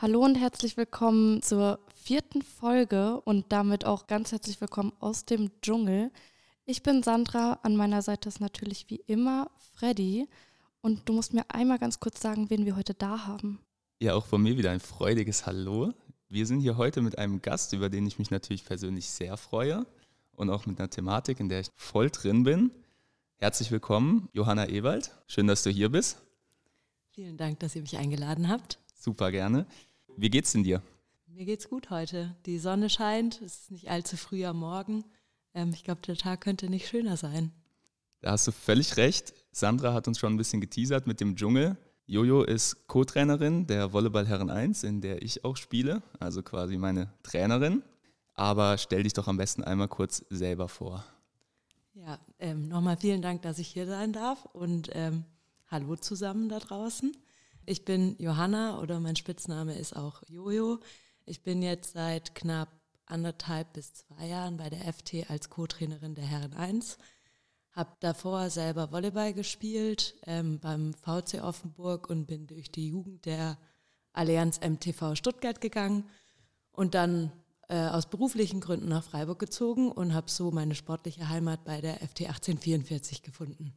Hallo und herzlich willkommen zur 4. Folge und damit auch ganz herzlich willkommen aus dem Dschungel. Ich bin Sandra, an meiner Seite ist natürlich wie immer Freddy und du musst mir einmal ganz kurz sagen, wen wir heute da haben. Ja, auch von mir wieder ein freudiges Hallo. Wir sind hier heute mit einem Gast, über den ich mich natürlich persönlich sehr freue und auch mit einer Thematik, in der ich voll drin bin. Herzlich willkommen, Johanna Ewald. Schön, dass du hier bist. Vielen Dank, dass ihr mich eingeladen habt. Super gerne. Wie geht's denn dir? Mir geht's gut heute. Die Sonne scheint, es ist nicht allzu früh am Morgen. Ich glaube, der Tag könnte nicht schöner sein. Da hast du völlig recht. Sandra hat uns schon ein bisschen geteasert mit dem Dschungel. Jojo ist Co-Trainerin der Volleyball Herren 1, in der ich auch spiele, also quasi meine Trainerin. Aber stell dich doch am besten einmal kurz selber vor. Ja, nochmal vielen Dank, dass ich hier sein darf und hallo zusammen da draußen. Ich bin Johanna oder mein Spitzname ist auch Jojo. Ich bin jetzt seit knapp 1,5 bis 2 Jahren bei der FT als Co-Trainerin der Herren 1. Habe davor selber Volleyball gespielt beim VC Offenburg und bin durch die Jugend der Allianz MTV Stuttgart gegangen und dann aus beruflichen Gründen nach Freiburg gezogen und habe so meine sportliche Heimat bei der FT 1844 gefunden.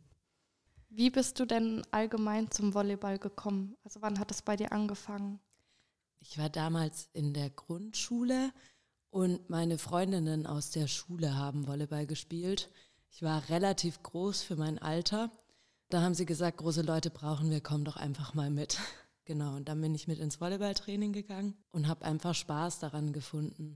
Wie bist du denn allgemein zum Volleyball gekommen? Also wann hat es bei dir angefangen? Ich war damals in der Grundschule und meine Freundinnen aus der Schule haben Volleyball gespielt. Ich war relativ groß für mein Alter. Da haben sie gesagt, große Leute brauchen wir, komm doch einfach mal mit. Genau, und dann bin ich mit ins Volleyballtraining gegangen und habe einfach Spaß daran gefunden.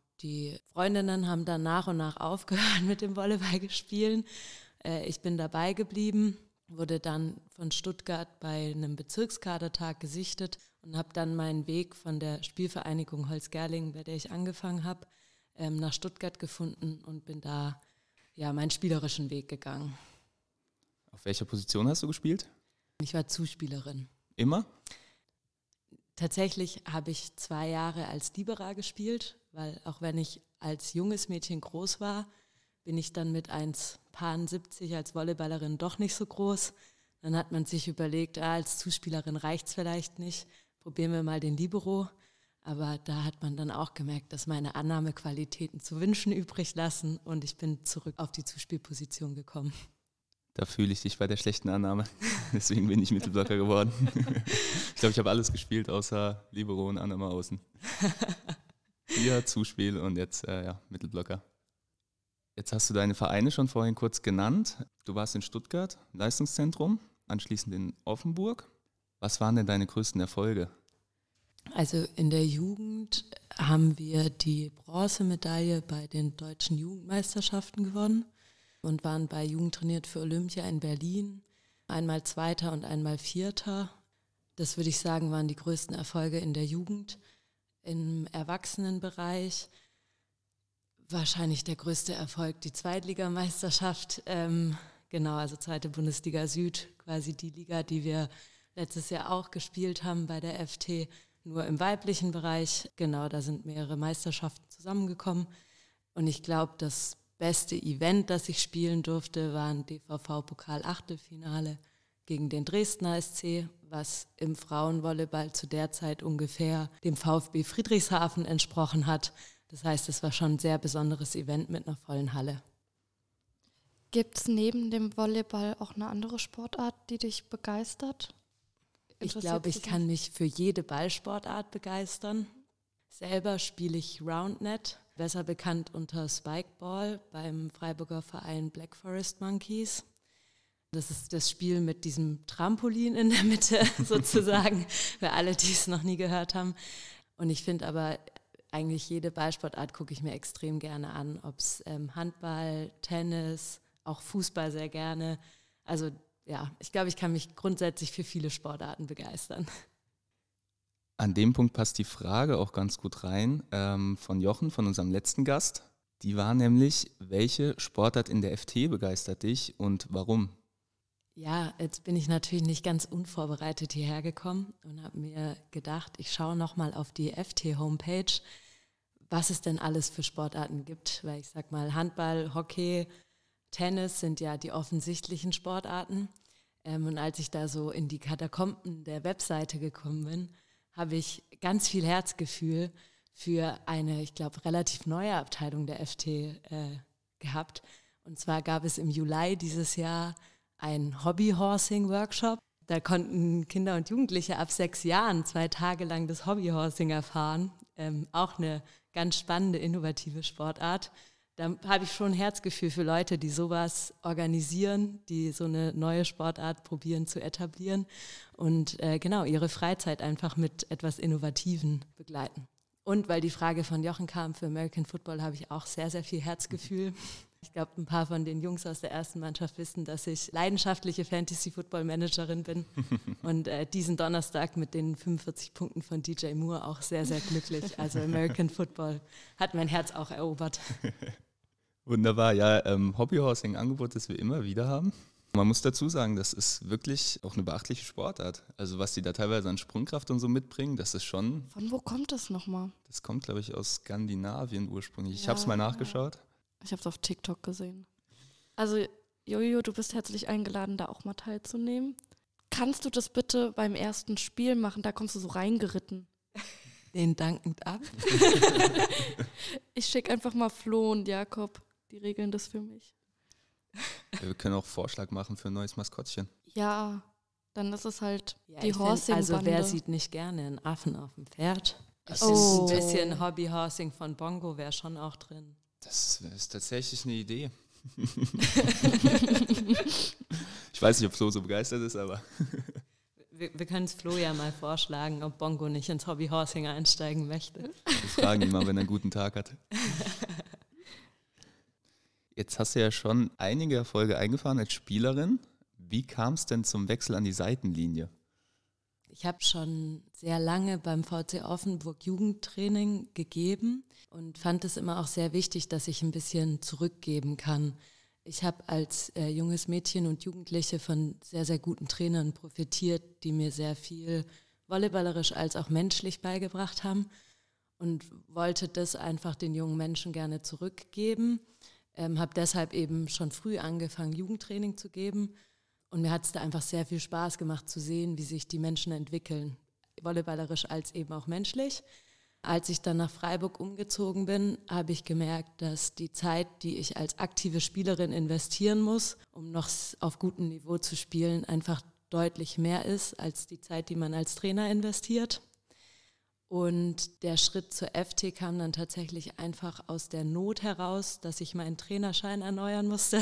Die Freundinnen haben dann nach und nach aufgehört mit dem Volleyball spielen. Ich bin dabei geblieben, wurde dann von Stuttgart bei einem Bezirkskadertag gesichtet und habe dann meinen Weg von der Spielvereinigung Holzgerlingen, bei der ich angefangen habe, nach Stuttgart gefunden und bin da meinen spielerischen Weg gegangen. Auf welcher Position hast du gespielt? Ich war Zuspielerin. Immer? Tatsächlich habe ich 2 Jahre als Libera gespielt, weil auch wenn ich als junges Mädchen groß war, bin ich dann mit 1,70 als Volleyballerin doch nicht so groß. Dann hat man sich überlegt, als Zuspielerin reicht es vielleicht nicht, probieren wir mal den Libero. Aber da hat man dann auch gemerkt, dass meine Annahmequalitäten zu wünschen übrig lassen und ich bin zurück auf die Zuspielposition gekommen. Da fühle ich dich bei der schlechten Annahme. Deswegen bin ich Mittelblocker geworden. Ich glaube, ich habe alles gespielt, außer Libero und Annahme außen. Hier Zuspiel und jetzt Mittelblocker. Jetzt hast du deine Vereine schon vorhin kurz genannt. Du warst in Stuttgart, Leistungszentrum, anschließend in Offenburg. Was waren denn deine größten Erfolge? Also in der Jugend haben wir die Bronzemedaille bei den deutschen Jugendmeisterschaften gewonnen und waren bei Jugend trainiert für Olympia in Berlin. Einmal Zweiter und einmal Vierter. Das würde ich sagen, waren die größten Erfolge in der Jugend. Im Erwachsenenbereich wahrscheinlich der größte Erfolg, die Zweitligameisterschaft. Also zweite Bundesliga Süd, quasi die Liga, die wir letztes Jahr auch gespielt haben bei der FT. Nur im weiblichen Bereich, genau, da sind mehrere Meisterschaften zusammengekommen. Und ich glaube, das beste Event, das ich spielen durfte, war ein DVV-Pokal-Achtelfinale gegen den Dresdner SC, was im Frauenvolleyball zu der Zeit ungefähr dem VfB Friedrichshafen entsprochen hat. Das heißt, es war schon ein sehr besonderes Event mit einer vollen Halle. Gibt es neben dem Volleyball auch eine andere Sportart, die dich begeistert? Ich glaube, ich kann mich für jede Ballsportart begeistern. Selber spiele ich Roundnet, besser bekannt unter Spikeball beim Freiburger Verein Black Forest Monkeys. Das ist das Spiel mit diesem Trampolin in der Mitte sozusagen, für alle, die es noch nie gehört haben. Und ich finde aber, eigentlich jede Ballsportart gucke ich mir extrem gerne an, ob es Handball, Tennis, auch Fußball sehr gerne. Also ja, ich glaube, ich kann mich grundsätzlich für viele Sportarten begeistern. An dem Punkt passt die Frage auch ganz gut rein von Jochen, von unserem letzten Gast. Die war nämlich, welche Sportart in der FT begeistert dich und warum? Ja, jetzt bin ich natürlich nicht ganz unvorbereitet hierher gekommen und habe mir gedacht, ich schaue nochmal auf die FT-Homepage, was es denn alles für Sportarten gibt. Weil ich sag mal, Handball, Hockey, Tennis sind ja die offensichtlichen Sportarten. Und als ich da so in die Katakomben der Webseite gekommen bin, habe ich ganz viel Herzgefühl für eine, ich glaube, relativ neue Abteilung der FT gehabt. Und zwar gab es im Juli dieses Jahr einen Hobbyhorsing-Workshop. Da konnten Kinder und Jugendliche ab 6 Jahren 2 Tage lang das Hobbyhorsing erfahren. Auch eine ganz spannende, innovative Sportart. Da habe ich schon ein Herzgefühl für Leute, die sowas organisieren, die so eine neue Sportart probieren zu etablieren und genau ihre Freizeit einfach mit etwas Innovativen begleiten. Und weil die Frage von Jochen kam, für American Football habe ich auch sehr, sehr viel Herzgefühl. Ich glaube, ein paar von den Jungs aus der ersten Mannschaft wissen, dass ich leidenschaftliche Fantasy-Football-Managerin bin und diesen Donnerstag mit den 45 Punkten von DJ Moore auch sehr, sehr glücklich. Also American Football hat mein Herz auch erobert. Wunderbar, ja, Hobbyhorsing-Angebot, das wir immer wieder haben. Man muss dazu sagen, das ist wirklich auch eine beachtliche Sportart. Also was die da teilweise an Sprungkraft und so mitbringen, das ist schon... Von wo kommt das nochmal? Das kommt, glaube ich, aus Skandinavien ursprünglich. Ich habe es mal nachgeschaut. Ich habe es auf TikTok gesehen. Also Jojo, du bist herzlich eingeladen, da auch mal teilzunehmen. Kannst du das bitte beim ersten Spiel machen? Da kommst du so reingeritten. Den dankend ab. Ich schicke einfach mal Flo und Jakob. Die regeln das für mich. Wir können auch Vorschlag machen für ein neues Maskottchen. Ja, dann ist es halt Ja, die Horsing-Bande. Also wer sieht nicht gerne einen Affen auf dem Pferd? Das Ein bisschen Hobbyhorsing von Bongo wäre schon auch drin. Das ist tatsächlich eine Idee. Ich weiß nicht, ob Flo so begeistert ist, aber... Wir können es Flo ja mal vorschlagen, ob Bongo nicht ins Hobbyhorsing einsteigen möchte. Wir fragen ihn mal, wenn er einen guten Tag hat. Jetzt hast du ja schon einige Erfolge eingefahren als Spielerin. Wie kam es denn zum Wechsel an die Seitenlinie? Ich habe schon sehr lange beim VC Offenburg Jugendtraining gegeben und fand es immer auch sehr wichtig, dass ich ein bisschen zurückgeben kann. Ich habe als junges Mädchen und Jugendliche von sehr, sehr guten Trainern profitiert, die mir sehr viel volleyballerisch als auch menschlich beigebracht haben und wollte das einfach den jungen Menschen gerne zurückgeben. Habe deshalb eben schon früh angefangen, Jugendtraining zu geben. Und mir hat es da einfach sehr viel Spaß gemacht zu sehen, wie sich die Menschen entwickeln, volleyballerisch als eben auch menschlich. Als ich dann nach Freiburg umgezogen bin, habe ich gemerkt, dass die Zeit, die ich als aktive Spielerin investieren muss, um noch auf gutem Niveau zu spielen, einfach deutlich mehr ist als die Zeit, die man als Trainer investiert. Und der Schritt zur FT kam dann tatsächlich einfach aus der Not heraus, dass ich meinen Trainerschein erneuern musste.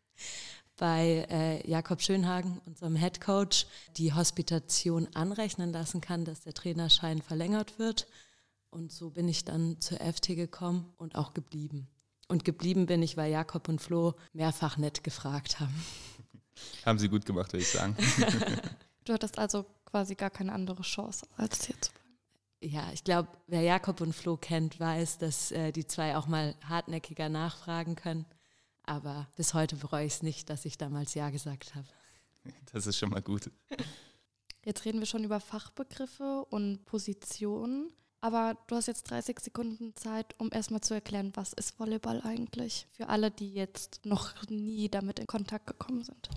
Bei Jakob Schönhagen, unserem Headcoach, die Hospitation anrechnen lassen kann, dass der Trainerschein verlängert wird. Und so bin ich dann zur FT gekommen und auch geblieben. Und geblieben bin ich, weil Jakob und Flo mehrfach nett gefragt haben. Haben sie gut gemacht, würde ich sagen. Du hattest also quasi gar keine andere Chance, als hier zu bleiben. Ja, ich glaube, wer Jakob und Flo kennt, weiß, dass die zwei auch mal hartnäckiger nachfragen können. Aber bis heute bereue ich es nicht, dass ich damals Ja gesagt habe. Das ist schon mal gut. Jetzt reden wir schon über Fachbegriffe und Positionen. Aber du hast jetzt 30 Sekunden Zeit, um erstmal zu erklären, was ist Volleyball eigentlich? Für alle, die jetzt noch nie damit in Kontakt gekommen sind.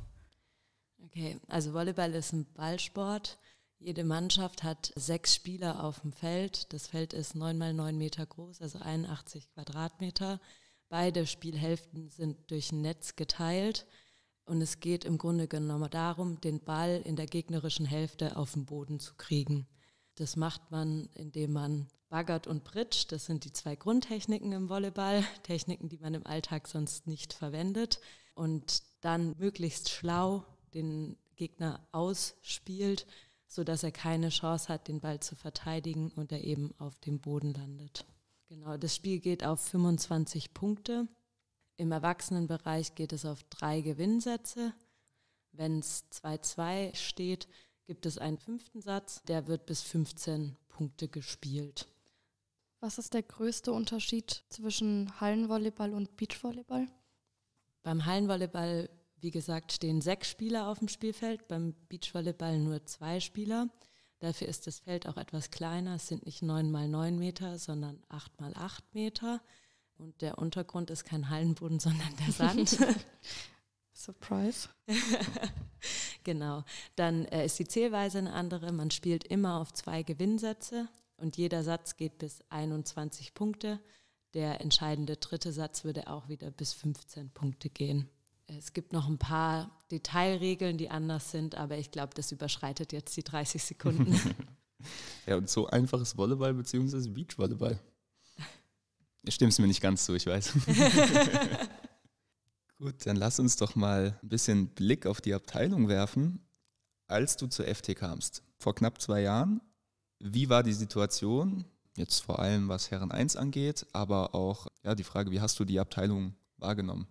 Okay, also Volleyball ist ein Ballsport. Jede Mannschaft hat 6 Spieler auf dem Feld. Das Feld ist 9 mal 9 Meter groß, also 81 Quadratmeter. Beide Spielhälften sind durch ein Netz geteilt. Und es geht im Grunde genommen darum, den Ball in der gegnerischen Hälfte auf den Boden zu kriegen. Das macht man, indem man baggert und pritscht. Das sind die 2 Grundtechniken im Volleyball. Techniken, die man im Alltag sonst nicht verwendet. Und dann möglichst schlau den Gegner ausspielt, sodass er keine Chance hat, den Ball zu verteidigen und er eben auf dem Boden landet. Genau, das Spiel geht auf 25 Punkte. Im Erwachsenenbereich geht es auf 3 Gewinnsätze. Wenn es 2-2 steht, gibt es einen 5. Satz, der wird bis 15 Punkte gespielt. Was ist der größte Unterschied zwischen Hallenvolleyball und Beachvolleyball? Beim Hallenvolleyball, wie gesagt, stehen 6 Spieler auf dem Spielfeld, beim Beachvolleyball nur 2 Spieler. Dafür ist das Feld auch etwas kleiner. Es sind nicht 9 mal 9 Meter, sondern 8 mal 8 Meter. Und der Untergrund ist kein Hallenboden, sondern der Sand. Surprise. Genau. Dann ist die Zählweise eine andere. Man spielt immer auf 2 Gewinnsätze und jeder Satz geht bis 21 Punkte. Der entscheidende dritte Satz würde auch wieder bis 15 Punkte gehen. Es gibt noch ein paar Detailregeln, die anders sind, aber ich glaube, das überschreitet jetzt die 30 Sekunden. Ja, und so einfaches Volleyball bzw. Beachvolleyball. Stimmt's mir nicht ganz so, ich weiß. Gut, dann lass uns doch mal ein bisschen Blick auf die Abteilung werfen. Als du zur FT kamst, vor knapp 2 Jahren, wie war die Situation? Jetzt vor allem, was Herren 1 angeht, aber auch die Frage, wie hast du die Abteilung wahrgenommen?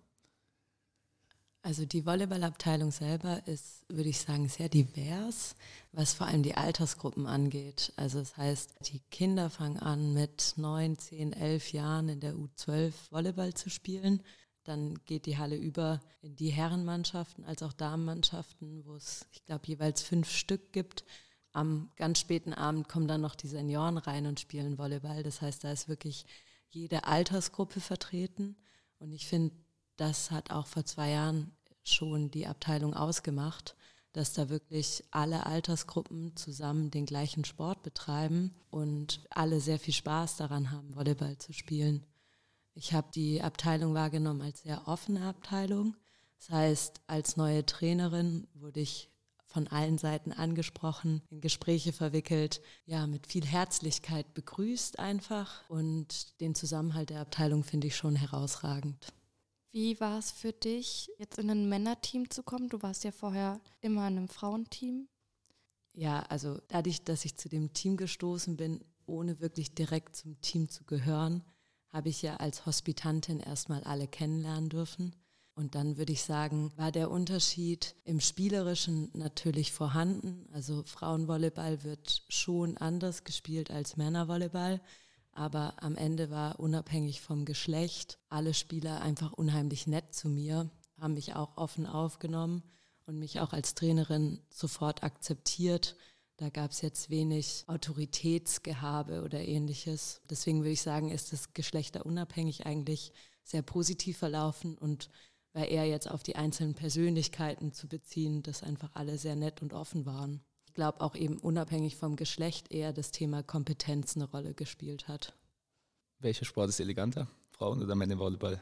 Also die Volleyballabteilung selber ist, würde ich sagen, sehr divers, was vor allem die Altersgruppen angeht. Also das heißt, die Kinder fangen an mit 9, 10, 11 Jahren in der U12 Volleyball zu spielen. Dann geht die Halle über in die Herrenmannschaften als auch Damenmannschaften, wo es, ich glaube, jeweils 5 Stück gibt. Am ganz späten Abend kommen dann noch die Senioren rein und spielen Volleyball. Das heißt, da ist wirklich jede Altersgruppe vertreten. Und ich finde, das hat auch vor 2 Jahren schon die Abteilung ausgemacht, dass da wirklich alle Altersgruppen zusammen den gleichen Sport betreiben und alle sehr viel Spaß daran haben, Volleyball zu spielen. Ich habe die Abteilung wahrgenommen als sehr offene Abteilung. Das heißt, als neue Trainerin wurde ich von allen Seiten angesprochen, in Gespräche verwickelt, mit viel Herzlichkeit begrüßt einfach. Und den Zusammenhalt der Abteilung finde ich schon herausragend. Wie war es für dich, jetzt in ein Männerteam zu kommen? Du warst ja vorher immer in einem Frauenteam. Ja, also dadurch, dass ich zu dem Team gestoßen bin, ohne wirklich direkt zum Team zu gehören, habe ich ja als Hospitantin erstmal alle kennenlernen dürfen. Und dann würde ich sagen, war der Unterschied im Spielerischen natürlich vorhanden. Also Frauenvolleyball wird schon anders gespielt als Männervolleyball. Aber am Ende war unabhängig vom Geschlecht alle Spieler einfach unheimlich nett zu mir, haben mich auch offen aufgenommen und mich auch als Trainerin sofort akzeptiert. Da gab es jetzt wenig Autoritätsgehabe oder Ähnliches. Deswegen würde ich sagen, ist das geschlechterunabhängig eigentlich sehr positiv verlaufen und war eher jetzt auf die einzelnen Persönlichkeiten zu beziehen, dass einfach alle sehr nett und offen waren. Ich glaube auch eben unabhängig vom Geschlecht eher das Thema Kompetenz eine Rolle gespielt hat. Welcher Sport ist eleganter? Frauen- oder Männervolleyball?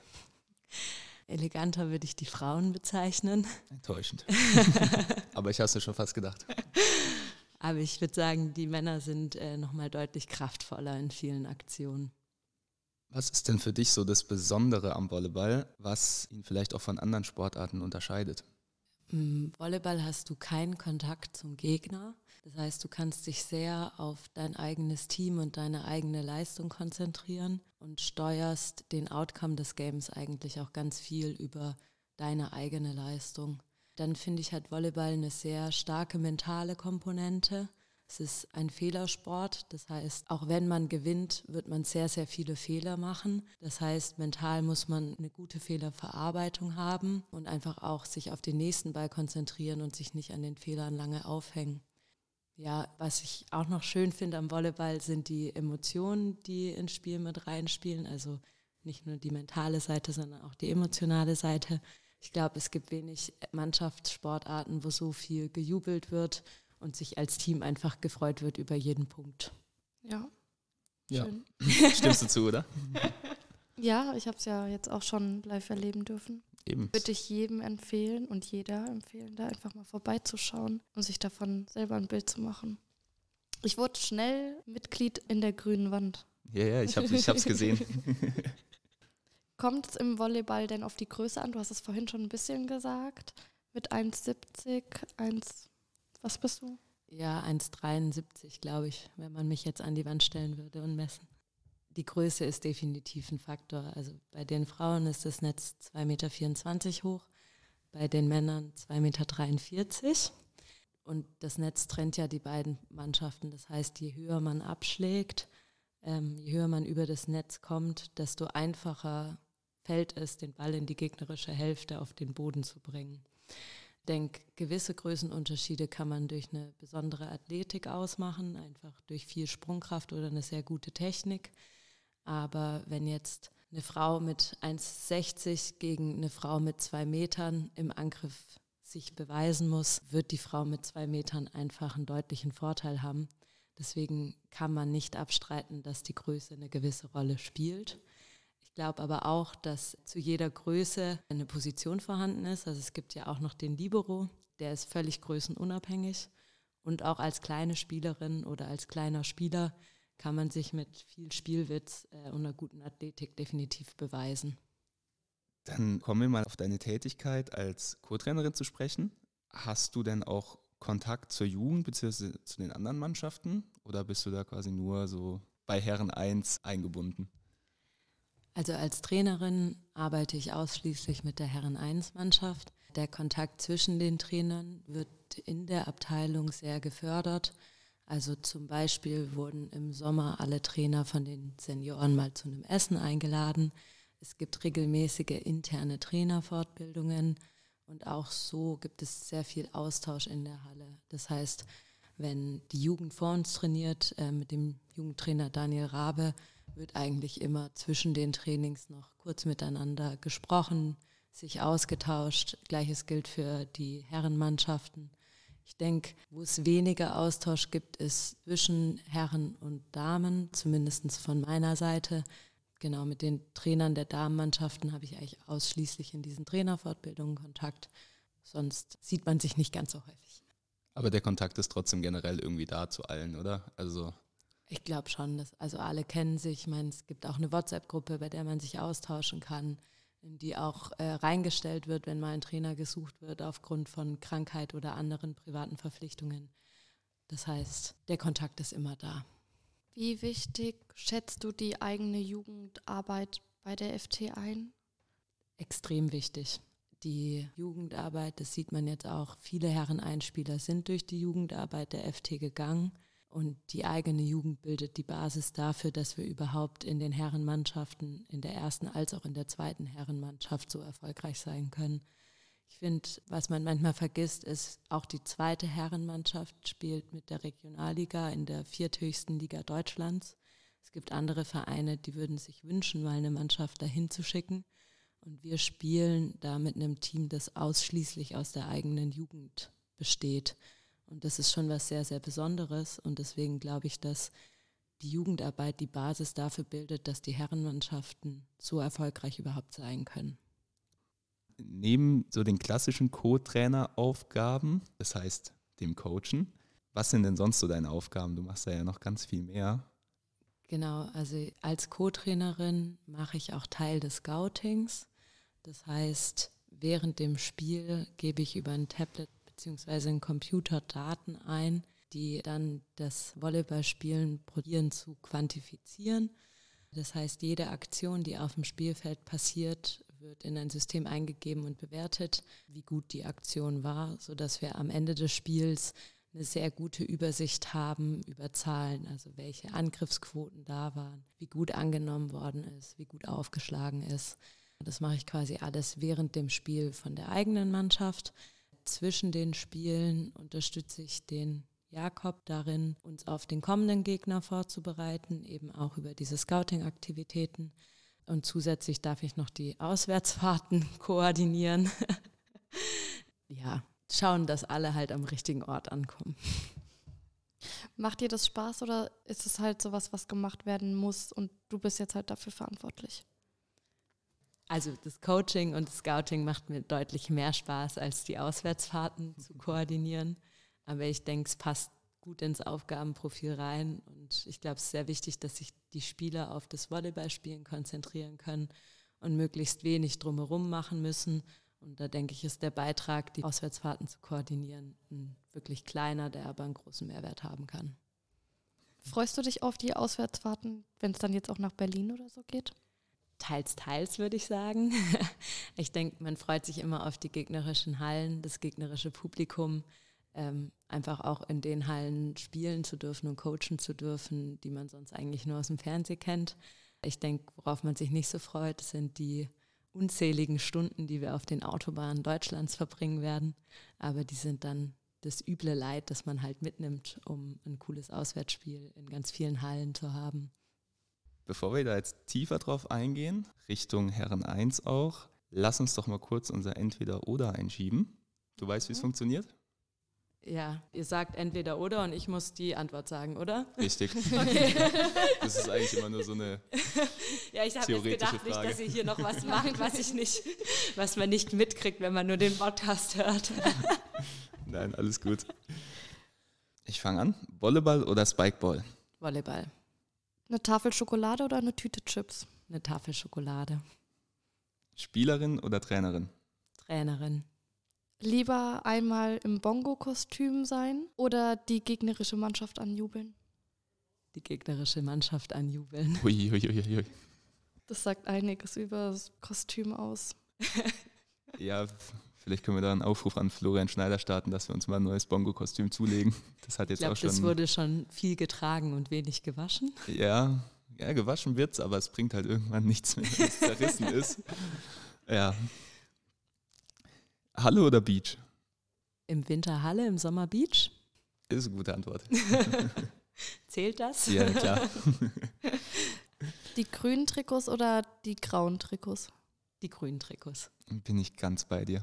Eleganter würde ich die Frauen bezeichnen. Enttäuschend. Aber ich habe es mir schon fast gedacht. Aber ich würde sagen, die Männer sind nochmal deutlich kraftvoller in vielen Aktionen. Was ist denn für dich so das Besondere am Volleyball, was ihn vielleicht auch von anderen Sportarten unterscheidet? Im Volleyball hast du keinen Kontakt zum Gegner. Das heißt, du kannst dich sehr auf dein eigenes Team und deine eigene Leistung konzentrieren und steuerst den Outcome des Games eigentlich auch ganz viel über deine eigene Leistung. Dann finde ich, hat Volleyball eine sehr starke mentale Komponente. Es ist ein Fehlersport, das heißt, auch wenn man gewinnt, wird man sehr, sehr viele Fehler machen. Das heißt, mental muss man eine gute Fehlerverarbeitung haben und einfach auch sich auf den nächsten Ball konzentrieren und sich nicht an den Fehlern lange aufhängen. Ja, was ich auch noch schön finde am Volleyball sind die Emotionen, die ins Spiel mit reinspielen. Also nicht nur die mentale Seite, sondern auch die emotionale Seite. Ich glaube, es gibt wenig Mannschaftssportarten, wo so viel gejubelt wird und sich als Team einfach gefreut wird über jeden Punkt. Ja, Ja. schön. Stimmst du zu, oder? Ja, ich habe es ja jetzt auch schon live erleben dürfen. Eben. Würde ich jedem empfehlen und jeder empfehlen, da einfach mal vorbeizuschauen und sich davon selber ein Bild zu machen. Ich wurde schnell Mitglied in der grünen Wand. Ja, ich hab's gesehen. Kommt es im Volleyball denn auf die Größe an? Du hast es vorhin schon ein bisschen gesagt. Mit 1,70, was bist du? Ja, 1,73 glaube ich, wenn man mich jetzt an die Wand stellen würde und messen. Die Größe ist definitiv ein Faktor. Also bei den Frauen ist das Netz 2,24 Meter hoch, bei den Männern 2,43 Meter. Und das Netz trennt ja die beiden Mannschaften. Das heißt, je höher man abschlägt, je höher man über das Netz kommt, desto einfacher fällt es, den Ball in die gegnerische Hälfte auf den Boden zu bringen. Ich denke, gewisse Größenunterschiede kann man durch eine besondere Athletik ausmachen, einfach durch viel Sprungkraft oder eine sehr gute Technik. Aber wenn jetzt eine Frau mit 1,60 gegen eine Frau mit 2 Metern im Angriff sich beweisen muss, wird die Frau mit 2 Metern einfach einen deutlichen Vorteil haben. Deswegen kann man nicht abstreiten, dass die Größe eine gewisse Rolle spielt. Ich glaube aber auch, dass zu jeder Größe eine Position vorhanden ist. Also es gibt ja auch noch den Libero, der ist völlig größenunabhängig. Und auch als kleine Spielerin oder als kleiner Spieler kann man sich mit viel Spielwitz und einer guten Athletik definitiv beweisen. Dann kommen wir mal auf deine Tätigkeit als Co-Trainerin zu sprechen. Hast du denn auch Kontakt zur Jugend bzw. zu den anderen Mannschaften oder bist du da quasi nur so bei Herren 1 eingebunden? Also als Trainerin arbeite ich ausschließlich mit der Herren-1-Mannschaft. Der Kontakt zwischen den Trainern wird in der Abteilung sehr gefördert. Also zum Beispiel wurden im Sommer alle Trainer von den Senioren mal zu einem Essen eingeladen. Es gibt regelmäßige interne Trainerfortbildungen und auch so gibt es sehr viel Austausch in der Halle. Das heißt, wenn die Jugend vor uns trainiert, mit dem Jugendtrainer Daniel Rabe, wird eigentlich immer zwischen den Trainings noch kurz miteinander gesprochen, sich ausgetauscht. Gleiches gilt für die Herrenmannschaften. Ich denke, wo es weniger Austausch gibt, ist zwischen Herren und Damen, zumindest von meiner Seite. Genau, mit den Trainern der Damenmannschaften habe ich eigentlich ausschließlich in diesen Trainerfortbildungen Kontakt. Sonst sieht man sich nicht ganz so häufig. Aber der Kontakt ist trotzdem generell irgendwie da zu allen, oder? Also ich glaube schon, dass also alle kennen sich. Ich meine, es gibt auch eine WhatsApp-Gruppe, bei der man sich austauschen kann, in die auch reingestellt wird, wenn mal ein Trainer gesucht wird aufgrund von Krankheit oder anderen privaten Verpflichtungen. Das heißt, der Kontakt ist immer da. Wie wichtig schätzt du die eigene Jugendarbeit bei der FT ein? Extrem wichtig. Die Jugendarbeit, das sieht man jetzt auch, viele Herren-Einspieler sind durch die Jugendarbeit der FT gegangen. Und die eigene Jugend bildet die Basis dafür, dass wir überhaupt in den Herrenmannschaften, in der ersten als auch in der zweiten Herrenmannschaft so erfolgreich sein können. Ich finde, was man manchmal vergisst, ist, auch die zweite Herrenmannschaft spielt mit der Regionalliga in der vierthöchsten Liga Deutschlands. Es gibt andere Vereine, die würden sich wünschen, mal eine Mannschaft dahin zu schicken. Und wir spielen da mit einem Team, das ausschließlich aus der eigenen Jugend besteht. Und das ist schon was sehr, sehr Besonderes. Und deswegen glaube ich, dass die Jugendarbeit die Basis dafür bildet, dass die Herrenmannschaften so erfolgreich überhaupt sein können. Neben so den klassischen Co-Trainer-Aufgaben, das heißt dem Coachen, was sind denn sonst so deine Aufgaben? Du machst da ja noch ganz viel mehr. Genau, also als Co-Trainerin mache ich auch Teil des Scoutings. Das heißt, während dem Spiel gebe ich über ein Tablet bzw. einen Computer Daten ein, die dann das Volleyballspielen probieren zu quantifizieren. Das heißt, jede Aktion, die auf dem Spielfeld passiert, wird in ein System eingegeben und bewertet, wie gut die Aktion war, sodass wir am Ende des Spiels eine sehr gute Übersicht haben über Zahlen, also welche Angriffsquoten da waren, wie gut angenommen worden ist, wie gut aufgeschlagen ist. Das mache ich quasi alles während dem Spiel von der eigenen Mannschaft. Zwischen den Spielen unterstütze ich den Jakob darin, uns auf den kommenden Gegner vorzubereiten, eben auch über diese Scouting-Aktivitäten. Und zusätzlich darf ich noch die Auswärtsfahrten koordinieren. Ja, schauen, dass alle halt am richtigen Ort ankommen. Macht dir das Spaß oder ist es halt sowas, was gemacht werden muss und du bist jetzt halt dafür verantwortlich? Also das Coaching und das Scouting macht mir deutlich mehr Spaß, als die Auswärtsfahrten zu koordinieren. Aber ich denke, es passt gut ins Aufgabenprofil rein. Und ich glaube, es ist sehr wichtig, dass sich die Spieler auf das Volleyballspielen konzentrieren können und möglichst wenig drumherum machen müssen. Und da denke ich, ist der Beitrag, die Auswärtsfahrten zu koordinieren, ein wirklich kleiner, der aber einen großen Mehrwert haben kann. Freust du dich auf die Auswärtsfahrten, wenn es dann jetzt auch nach Berlin oder so geht? Teils, teils, würde ich sagen. Ich denke, man freut sich immer auf die gegnerischen Hallen, das gegnerische Publikum, einfach auch in den Hallen spielen zu dürfen und coachen zu dürfen, die man sonst eigentlich nur aus dem Fernsehen kennt. Ich denke, worauf man sich nicht so freut, sind die unzähligen Stunden, die wir auf den Autobahnen Deutschlands verbringen werden. Aber die sind dann das üble Leid, das man halt mitnimmt, um ein cooles Auswärtsspiel in ganz vielen Hallen zu haben. Bevor wir da jetzt tiefer drauf eingehen, Richtung Herren 1 auch, lass uns doch mal kurz unser Entweder-Oder einschieben. Du weißt, wie es funktioniert? Ja, ihr sagt entweder oder und ich muss die Antwort sagen, oder? Richtig. Okay. Das ist eigentlich immer nur so eine Ja, ich habe jetzt theoretische gedacht, nicht, Frage. dass ihr hier noch was macht, was man nicht mitkriegt, wenn man nur den Podcast hört. Nein, alles gut. Ich fange an. Volleyball oder Spikeball? Volleyball, Eine Tafel Schokolade oder eine Tüte Chips? eine Tafel Schokolade, Spielerin oder Trainerin? Trainerin, Lieber einmal im Bongo-Kostüm sein oder die gegnerische Mannschaft anjubeln? die gegnerische Mannschaft anjubeln. Hui, hui, hui, hui. Das sagt einiges über das Kostüm aus. Ja, vielleicht können wir da einen Aufruf an Florian Schneider starten, dass wir uns mal ein neues Bongo-Kostüm zulegen. Das hat Ich jetzt glaube, auch schon... das wurde schon viel getragen und wenig gewaschen. Ja, gewaschen wird's, aber es bringt halt irgendwann nichts mehr, wenn es zerrissen ist. Ja. Halle oder Beach? Im Winter Halle, im Sommer Beach. Ist eine gute Antwort. Zählt das? Ja, klar. Die grünen Trikots oder die grauen Trikots? Die grünen Trikots. Bin ich ganz bei dir.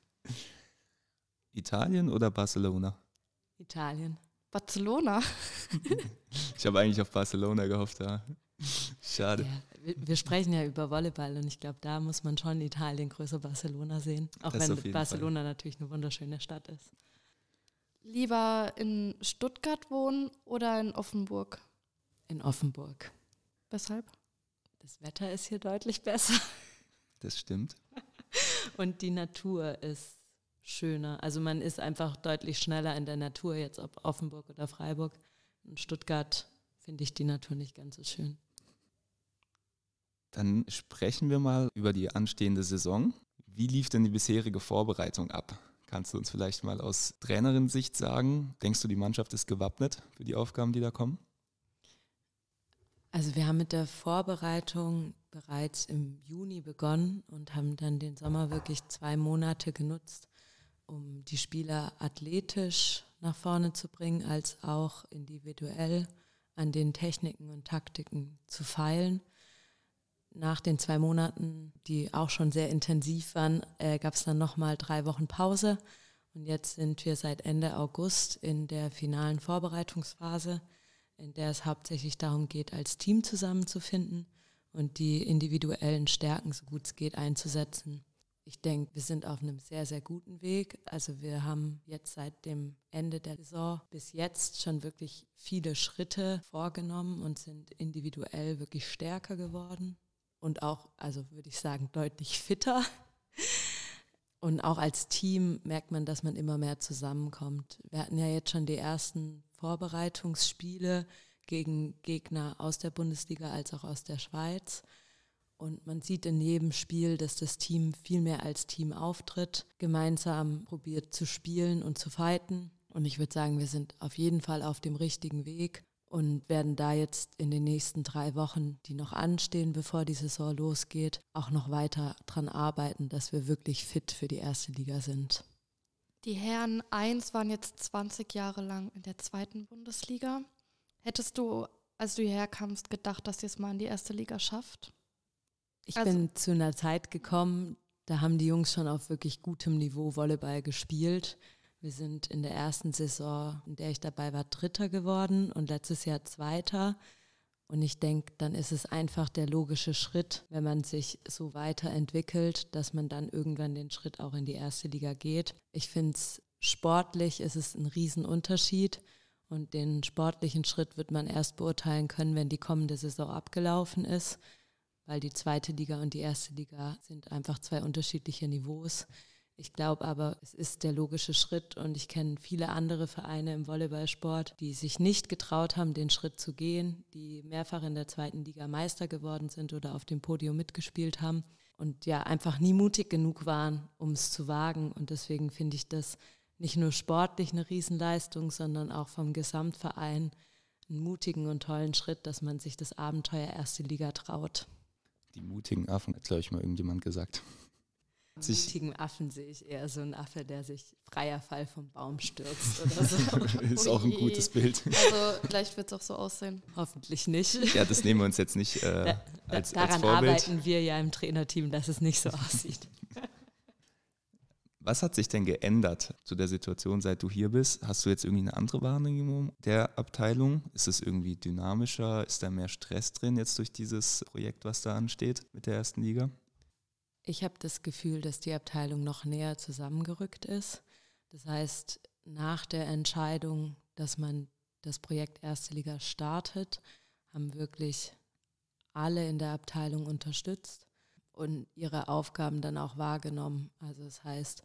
Italien oder Barcelona? Italien. Barcelona? Ich habe eigentlich auf Barcelona gehofft, ja. Schade. Ja, wir sprechen ja über Volleyball und ich glaube, da muss man schon Italien größer Barcelona sehen. Auch Das auf wenn jeden Barcelona natürlich eine wunderschöne Stadt ist. Lieber in Stuttgart wohnen oder in Offenburg? In Offenburg. Weshalb? Das Wetter ist hier deutlich besser Das stimmt. und die Natur ist schöner. Also man ist einfach deutlich schneller in der Natur, jetzt ob Offenburg oder Freiburg. In Stuttgart finde ich die Natur nicht ganz so schön. Dann sprechen wir mal über die anstehende Saison. Wie lief denn die bisherige Vorbereitung ab? Kannst du uns vielleicht mal aus Trainerin-Sicht sagen? Denkst du, die Mannschaft ist gewappnet für die Aufgaben, die da kommen? Also wir haben mit der Vorbereitung bereits im Juni begonnen und haben dann den Sommer wirklich 2 Monate genutzt, um die Spieler athletisch nach vorne zu bringen, als auch individuell an den Techniken und Taktiken zu feilen. Nach den 2 Monaten, die auch schon sehr intensiv waren, gab es dann nochmal 3 Wochen Pause. Und jetzt sind wir seit Ende August in der finalen Vorbereitungsphase, in der es hauptsächlich darum geht, als Team zusammenzufinden und die individuellen Stärken, so gut es geht, einzusetzen. Ich denke, wir sind auf einem sehr, sehr guten Weg. Also wir haben jetzt seit dem Ende der Saison bis jetzt schon wirklich viele Schritte vorgenommen und sind individuell wirklich stärker geworden. Und auch, also würde ich sagen, deutlich fitter. Und auch als Team merkt man, dass man immer mehr zusammenkommt. Wir hatten ja jetzt schon die ersten Vorbereitungsspiele gegen Gegner aus der Bundesliga als auch aus der Schweiz. Und man sieht in jedem Spiel, dass das Team viel mehr als Team auftritt, gemeinsam probiert zu spielen und zu fighten. Und ich würde sagen, wir sind auf jeden Fall auf dem richtigen Weg und werden da jetzt in den nächsten 3 Wochen, die noch anstehen, bevor die Saison losgeht, auch noch weiter dran arbeiten, dass wir wirklich fit für die erste Liga sind. Die Herren 1 waren jetzt 20 Jahre lang in der 2. Bundesliga. Hättest du, als du hierher kamst, gedacht, dass ihr es mal in die erste Liga schafft? Ich bin zu einer Zeit gekommen, da haben die Jungs schon auf wirklich gutem Niveau Volleyball gespielt. Wir sind in der ersten Saison, in der ich dabei war, 3. geworden und letztes Jahr 2. Und ich denke, dann ist es einfach der logische Schritt, wenn man sich so weiterentwickelt, dass man dann irgendwann den Schritt auch in die erste Liga geht. Ich finde es sportlich, ist es ein Riesenunterschied. Und den sportlichen Schritt wird man erst beurteilen können, wenn die kommende Saison abgelaufen ist. Weil die 2. Liga und die 1. Liga sind einfach 2 unterschiedliche Niveaus. Ich glaube aber, es ist der logische Schritt und ich kenne viele andere Vereine im Volleyballsport, die sich nicht getraut haben, den Schritt zu gehen, die mehrfach in der 2. Liga Meister geworden sind oder auf dem Podium mitgespielt haben und ja einfach nie mutig genug waren, um es zu wagen. Und deswegen finde ich das nicht nur sportlich eine Riesenleistung, sondern auch vom Gesamtverein einen mutigen und tollen Schritt, dass man sich das Abenteuer 1. Liga traut. Die mutigen Affen, hat, glaube ich, mal irgendjemand gesagt. Mutigen Affen sehe ich eher so einen Affe, der sich freier Fall vom Baum stürzt oder so. Ist auch ein gutes Bild. Also vielleicht wird es auch so aussehen. Hoffentlich nicht. Ja, das nehmen wir uns jetzt nicht als Daran Vorbild. arbeiten wir ja im Trainerteam, dass es nicht so aussieht. Was hat sich denn geändert zu der Situation, seit du hier bist? Hast du jetzt irgendwie eine andere Wahrnehmung der Abteilung? Ist es irgendwie dynamischer? Ist da mehr Stress drin jetzt durch dieses Projekt, was da ansteht mit der ersten Liga? Ich habe das Gefühl, dass die Abteilung noch näher zusammengerückt ist. Das heißt, nach der Entscheidung, dass man das Projekt Erste Liga startet, haben wirklich alle in der Abteilung unterstützt und ihre Aufgaben dann auch wahrgenommen. Also das heißt,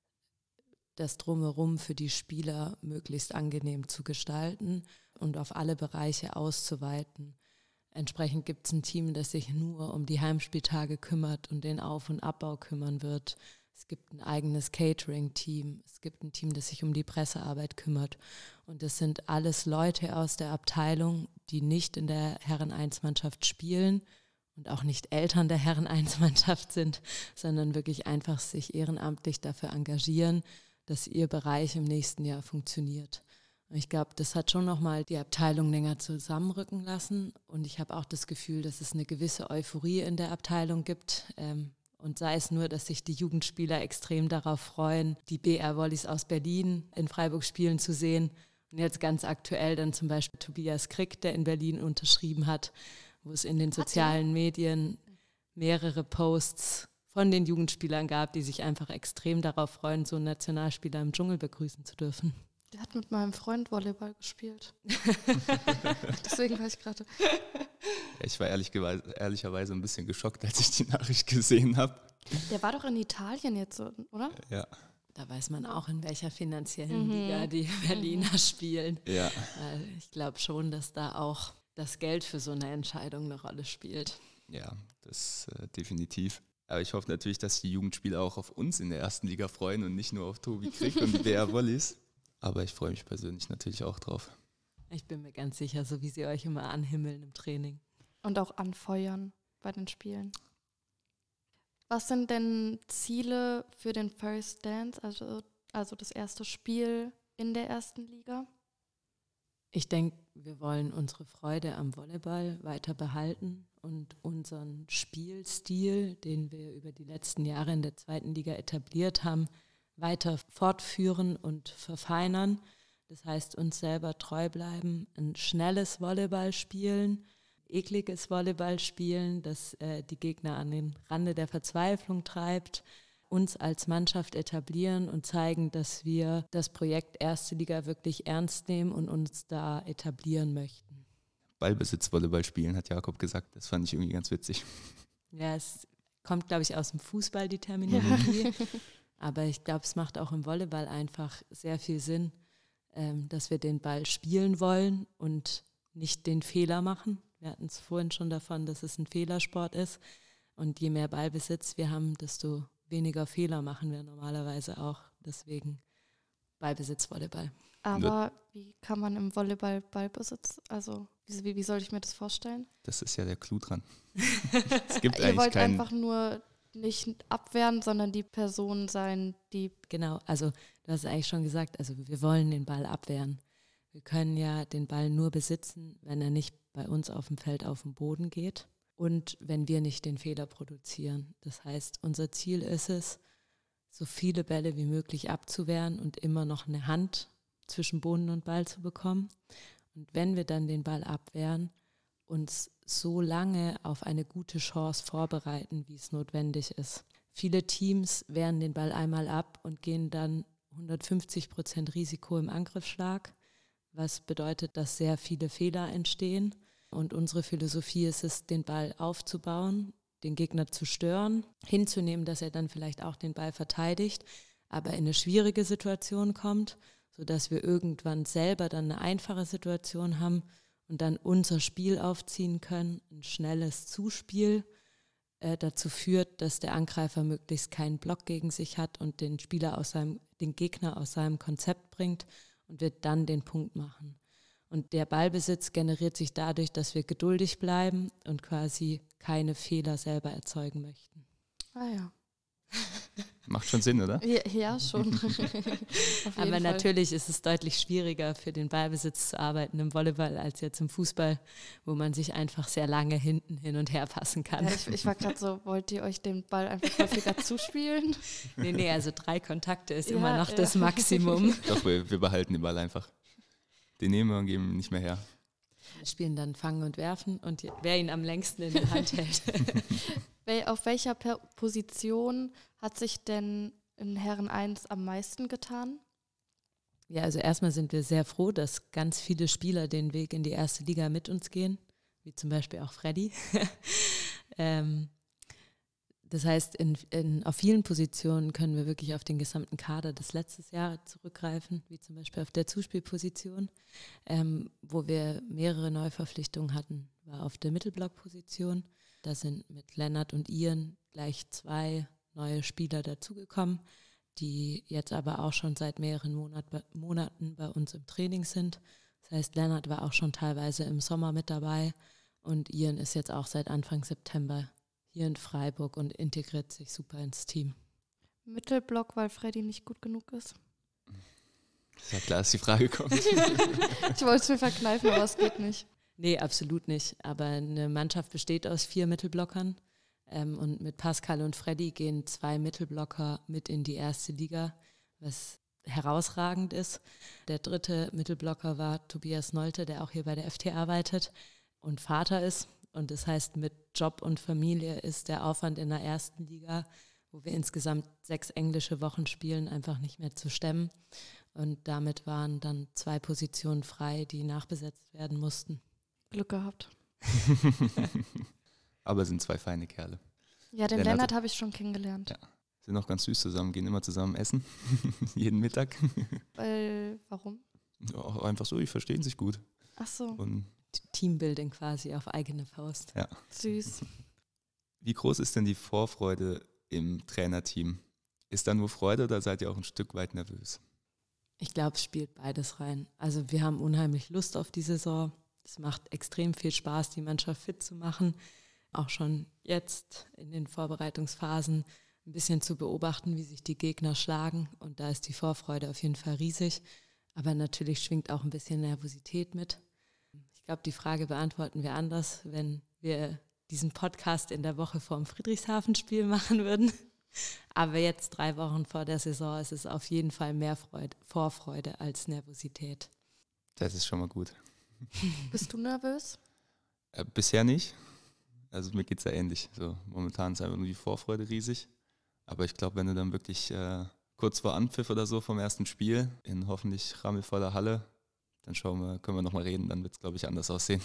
das Drumherum für die Spieler möglichst angenehm zu gestalten und auf alle Bereiche auszuweiten. Entsprechend gibt es ein Team, das sich nur um die Heimspieltage kümmert und den Auf- und Abbau kümmern wird. Es gibt ein eigenes Catering-Team. Es gibt ein Team, das sich um die Pressearbeit kümmert. Und das sind alles Leute aus der Abteilung, die nicht in der Herren-1-Mannschaft spielen und auch nicht Eltern der Herren-1-Mannschaft sind, sondern wirklich einfach sich ehrenamtlich dafür engagieren, dass ihr Bereich im nächsten Jahr funktioniert. Und ich glaube, das hat schon nochmal die Abteilung länger zusammenrücken lassen. Und ich habe auch das Gefühl, dass es eine gewisse Euphorie in der Abteilung gibt. Und sei es nur, dass sich die Jugendspieler extrem darauf freuen, die BR Volleys aus Berlin in Freiburg spielen zu sehen. Und jetzt ganz aktuell dann zum Beispiel Tobias Krick, der in Berlin unterschrieben hat, wo es in den sozialen Medien mehrere Posts von den Jugendspielern gab, die sich einfach extrem darauf freuen, so einen Nationalspieler im Dschungel begrüßen zu dürfen. Der hat mit meinem Freund Volleyball gespielt. Deswegen war ich gerade. Ich war ehrlicherweise ein bisschen geschockt, als ich die Nachricht gesehen habe. Der war doch in Italien jetzt, oder? Ja. Da weiß man auch, in welcher finanziellen Liga die Berliner spielen. Ja. Ich glaube schon, dass da auch das Geld für so eine Entscheidung eine Rolle spielt. Ja, das definitiv. Aber ich hoffe natürlich, dass die Jugendspieler auch auf uns in der ersten Liga freuen und nicht nur auf Tobi Krieg und die BR Volleys. Aber ich freue mich persönlich natürlich auch drauf. Ich bin mir ganz sicher, so wie sie euch immer anhimmeln im Training. Und auch anfeuern bei den Spielen. Was sind denn Ziele für den First Dance, also das erste Spiel in der ersten Liga? Ich denke, wir wollen unsere Freude am Volleyball weiter behalten und unseren Spielstil, den wir über die letzten Jahre in der zweiten Liga etabliert haben, weiter fortführen und verfeinern. Das heißt, uns selber treu bleiben, ein schnelles Volleyball spielen, ekliges Volleyball spielen, das die Gegner an den Rande der Verzweiflung treibt, uns als Mannschaft etablieren und zeigen, dass wir das Projekt Erste Liga wirklich ernst nehmen und uns da etablieren möchten. Ballbesitz-Volleyball spielen, hat Jakob gesagt. Das fand ich irgendwie ganz witzig. Ja, es kommt, glaube ich, aus dem Fußball, die Terminologie. Ja. Aber ich glaube, es macht auch im Volleyball einfach sehr viel Sinn, dass wir den Ball spielen wollen und nicht den Fehler machen. Wir hatten es vorhin schon davon, dass es ein Fehlersport ist. Und je mehr Ballbesitz wir haben, desto weniger Fehler machen wir normalerweise auch. Deswegen Ballbesitz-Volleyball. Aber wie kann man im Volleyball Ballbesitz, also wie soll ich mir das vorstellen? Das ist ja der Clou dran. Es gibt Ihr wollt einfach nur nicht abwehren, sondern die Person sein, die... Genau, also du hast es eigentlich schon gesagt, also wir wollen den Ball abwehren. Wir können ja den Ball nur besitzen, wenn er nicht bei uns auf dem Feld auf den Boden geht und wenn wir nicht den Fehler produzieren. Das heißt, unser Ziel ist es, so viele Bälle wie möglich abzuwehren und immer noch eine Hand zwischen Boden und Ball zu bekommen. Und wenn wir dann den Ball abwehren, uns so lange auf eine gute Chance vorbereiten, wie es notwendig ist. Viele Teams wehren den Ball einmal ab und gehen dann 150% Risiko im Angriffsschlag, was bedeutet, dass sehr viele Fehler entstehen. Und unsere Philosophie ist es, den Ball aufzubauen, den Gegner zu stören, hinzunehmen, dass er dann vielleicht auch den Ball verteidigt, aber in eine schwierige Situation kommt, sodass wir irgendwann selber dann eine einfache Situation haben und dann unser Spiel aufziehen können, ein schnelles Zuspiel dazu führt, dass der Angreifer möglichst keinen Block gegen sich hat und den Gegner aus seinem Konzept bringt und wir dann den Punkt machen. Und der Ballbesitz generiert sich dadurch, dass wir geduldig bleiben und quasi keine Fehler selber erzeugen möchten. Ah ja. Macht schon Sinn, oder? Ja, schon. Auf jeden Aber Fall. natürlich ist es deutlich schwieriger, für den Ballbesitz zu arbeiten im Volleyball als jetzt im Fußball, wo man sich einfach sehr lange hinten hin und her passen kann. Ja, ich war gerade so, wollt ihr euch den Ball einfach häufiger zuspielen? Nee, also 3 Kontakte ist Ja, immer noch ja. das Maximum. Doch, wir behalten den Ball einfach. Den nehmen wir und geben ihn nicht mehr her. Wir spielen dann Fangen und Werfen und wer ihn am längsten in der Hand hält. Auf welcher Position hat sich denn in Herren 1 am meisten getan? Ja, also erstmal sind wir sehr froh, dass ganz viele Spieler den Weg in die erste Liga mit uns gehen, wie zum Beispiel auch Freddy. Das heißt, auf vielen Positionen können wir wirklich auf den gesamten Kader des letzten Jahres zurückgreifen, wie zum Beispiel auf der Zuspielposition. Wo wir mehrere Neuverpflichtungen hatten, war auf der Mittelblockposition. Da sind mit Lennart und Ian gleich 2 neue Spieler dazugekommen, die jetzt aber auch schon seit mehreren Monaten bei uns im Training sind. Das heißt, Lennart war auch schon teilweise im Sommer mit dabei und Ian ist jetzt auch seit Anfang September hier in Freiburg und integriert sich super ins Team. Mittelblock, weil Freddy nicht gut genug ist. Ist ja klar, dass die Frage kommt. Ich wollte es mir verkneifen, aber es geht nicht. Nee, absolut nicht. Aber eine Mannschaft besteht aus 4 Mittelblockern. Und mit Pascal und Freddy gehen 2 Mittelblocker mit in die erste Liga, was herausragend ist. Der 3. Mittelblocker war Tobias Nolte, der auch hier bei der FT arbeitet und Vater ist. Und das heißt, mit Job und Familie ist der Aufwand in der ersten Liga, wo wir insgesamt 6 englische Wochen spielen, einfach nicht mehr zu stemmen. Und damit waren dann 2 Positionen frei, die nachbesetzt werden mussten. Glück gehabt. Aber sind 2 feine Kerle. Ja, den Lennart habe ich schon kennengelernt. Ja. Sind auch ganz süß zusammen, gehen immer zusammen essen. Jeden Mittag. Warum? Ja, auch einfach so, die verstehen sich gut. Ach so, Und Teambuilding quasi auf eigene Faust. ja. süß. Wie groß ist denn die Vorfreude im Trainerteam? Ist da nur Freude oder seid ihr auch ein Stück weit nervös? Ich glaube, es spielt beides rein. Also wir haben unheimlich Lust auf die Saison. Es macht extrem viel Spaß, die Mannschaft fit zu machen. Auch schon jetzt in den Vorbereitungsphasen ein bisschen zu beobachten, wie sich die Gegner schlagen. Und da ist die Vorfreude auf jeden Fall riesig. Aber natürlich schwingt auch ein bisschen Nervosität mit. Ich glaube, die Frage beantworten wir anders, wenn wir diesen Podcast in der Woche vor dem Friedrichshafen-Spiel machen würden. Aber jetzt 3 Wochen vor der Saison ist es auf jeden Fall mehr Vorfreude als Nervosität. Das ist schon mal gut. Bist du nervös? Bisher nicht. Also mir geht es ja ähnlich. So, momentan ist einfach nur die Vorfreude riesig. Aber ich glaube, wenn du dann wirklich kurz vor Anpfiff oder so vom ersten Spiel in hoffentlich rammelvoller Halle, dann können wir nochmal reden, dann wird es, glaube ich, anders aussehen.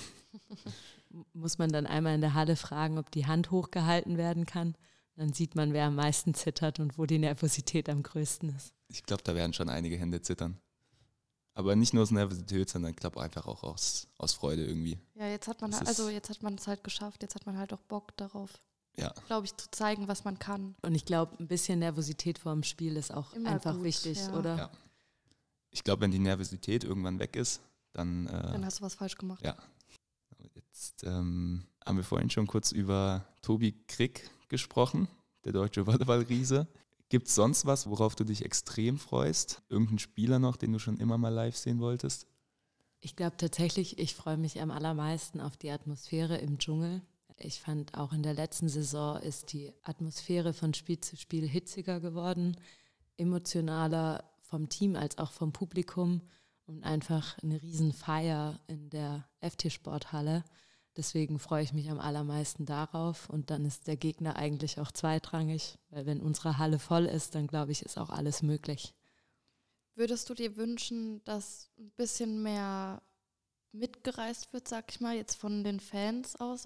Muss man dann einmal in der Halle fragen, ob die Hand hochgehalten werden kann. Dann sieht man, wer am meisten zittert und wo die Nervosität am größten ist. Ich glaube, da werden schon einige Hände zittern. Aber nicht nur aus Nervosität, sondern ich glaube einfach auch aus Freude irgendwie. Ja, jetzt hat man es halt geschafft. Jetzt hat man halt auch Bock darauf, Ja, glaube ich, zu zeigen, was man kann. Und ich glaube, ein bisschen Nervosität vor dem Spiel ist auch Immer einfach gut, wichtig, ja. oder? Ja. Ich glaube, wenn die Nervosität irgendwann weg ist, dann Dann hast du was falsch gemacht. ja. Jetzt haben wir vorhin schon kurz über Tobi Krick gesprochen, der deutsche Volleyball-Riese. Gibt es sonst was, worauf du dich extrem freust? Irgendeinen Spieler noch, den du schon immer mal live sehen wolltest? Ich glaube tatsächlich, ich freue mich am allermeisten auf die Atmosphäre im Dschungel. Ich fand, auch in der letzten Saison ist die Atmosphäre von Spiel zu Spiel hitziger geworden, emotionaler vom Team als auch vom Publikum und einfach eine Riesenfeier in der FT-Sporthalle. Deswegen freue ich mich am allermeisten darauf und dann ist der Gegner eigentlich auch zweitrangig, weil wenn unsere Halle voll ist, dann glaube ich, ist auch alles möglich. Würdest du dir wünschen, dass ein bisschen mehr mitgereist wird, sag ich mal, jetzt von den Fans aus?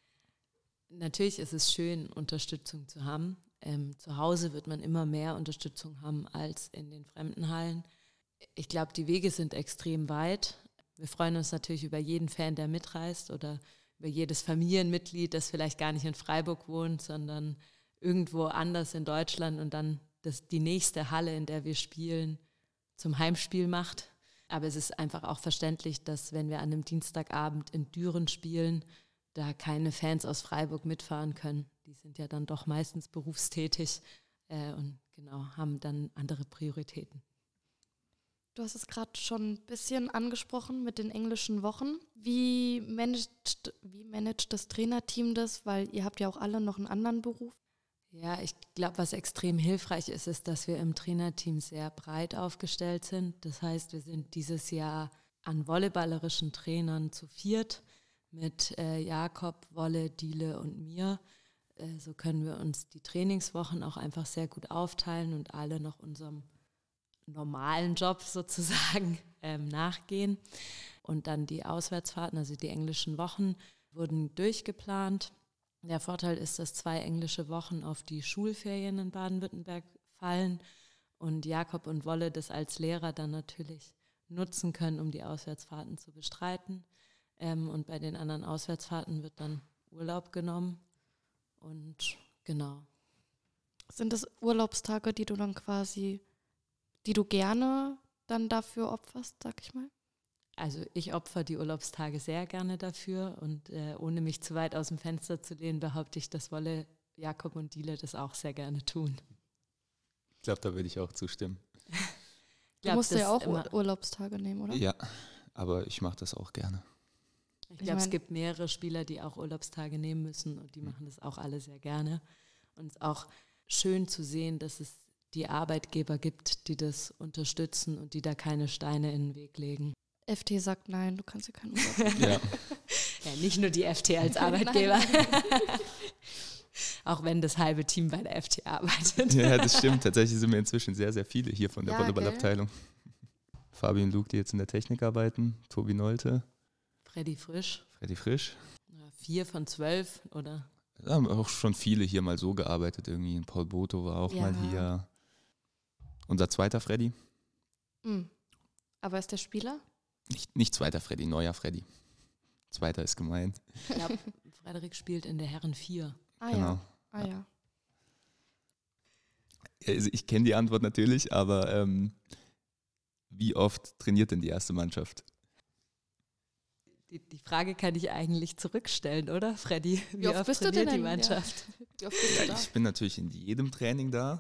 Natürlich ist es schön, Unterstützung zu haben. Zu Hause wird man immer mehr Unterstützung haben als in den fremden Hallen. Ich glaube, die Wege sind extrem weit. Wir freuen uns natürlich über jeden Fan, der mitreist oder über jedes Familienmitglied, das vielleicht gar nicht in Freiburg wohnt, sondern irgendwo anders in Deutschland und dann die nächste Halle, in der wir spielen, zum Heimspiel macht. Aber es ist einfach auch verständlich, dass wenn wir an einem Dienstagabend in Düren spielen, da keine Fans aus Freiburg mitfahren können. Die sind ja dann doch meistens berufstätig. und genau, haben dann andere Prioritäten. Du hast es gerade schon ein bisschen angesprochen mit den englischen Wochen. Wie managt das Trainerteam das? Weil ihr habt ja auch alle noch einen anderen Beruf. Ja, ich glaube, was extrem hilfreich ist, ist, dass wir im Trainerteam sehr breit aufgestellt sind. Das heißt, wir sind dieses Jahr an volleyballerischen Trainern zu 4 mit Jakob, Wolle, Diele und mir. So können wir uns die Trainingswochen auch einfach sehr gut aufteilen und alle noch unserem normalen Job sozusagen nachgehen. Und dann die Auswärtsfahrten, also die englischen Wochen, wurden durchgeplant. Der Vorteil ist, dass 2 englische Wochen auf die Schulferien in Baden-Württemberg fallen und Jakob und Wolle das als Lehrer dann natürlich nutzen können, um die Auswärtsfahrten zu bestreiten. Und bei den anderen Auswärtsfahrten wird dann Urlaub genommen. Und genau. Sind das Urlaubstage, die du dann quasi, die du gerne dann dafür opferst, sag ich mal? Also ich opfere die Urlaubstage sehr gerne dafür und ohne mich zu weit aus dem Fenster zu lehnen, behaupte ich, dass Wolle, Jakob und Diele das auch sehr gerne tun. Ich glaube, da würde ich auch zustimmen. Du musst ja auch Urlaubstage nehmen, oder? Ja, aber ich mache das auch gerne. Ich glaube, es gibt mehrere Spieler, die auch Urlaubstage nehmen müssen und die machen das auch alle sehr gerne. Und es ist auch schön zu sehen, dass es die Arbeitgeber gibt, die das unterstützen und die da keine Steine in den Weg legen. FT sagt nein, du kannst ja keinen Urlaub nehmen. Ja. Ja, nicht nur die FT als Arbeitgeber. Auch wenn das halbe Team bei der FT arbeitet. Ja, das stimmt. Tatsächlich sind wir inzwischen sehr, sehr viele hier von der Volleyballabteilung. Fabi und Luke, die jetzt in der Technik arbeiten, Tobi Nolte. Freddy Frisch. Ja, 4 von 12, oder? Da haben auch schon viele hier mal so gearbeitet. Irgendwie Paul Boto war auch mal hier. Unser zweiter Freddy. Aber ist der Spieler? Nicht zweiter Freddy, neuer Freddy. Zweiter ist gemeint. Ich glaube, Frederik spielt in der Herren 4. Genau. Ja. Also ich kenne die Antwort natürlich, aber wie oft trainiert denn die erste Mannschaft? Die Frage kann ich eigentlich zurückstellen, oder, Freddy? Wie oft bist du denn die Mannschaft? Ja. Wie oft bist du da? Ich bin natürlich in jedem Training da.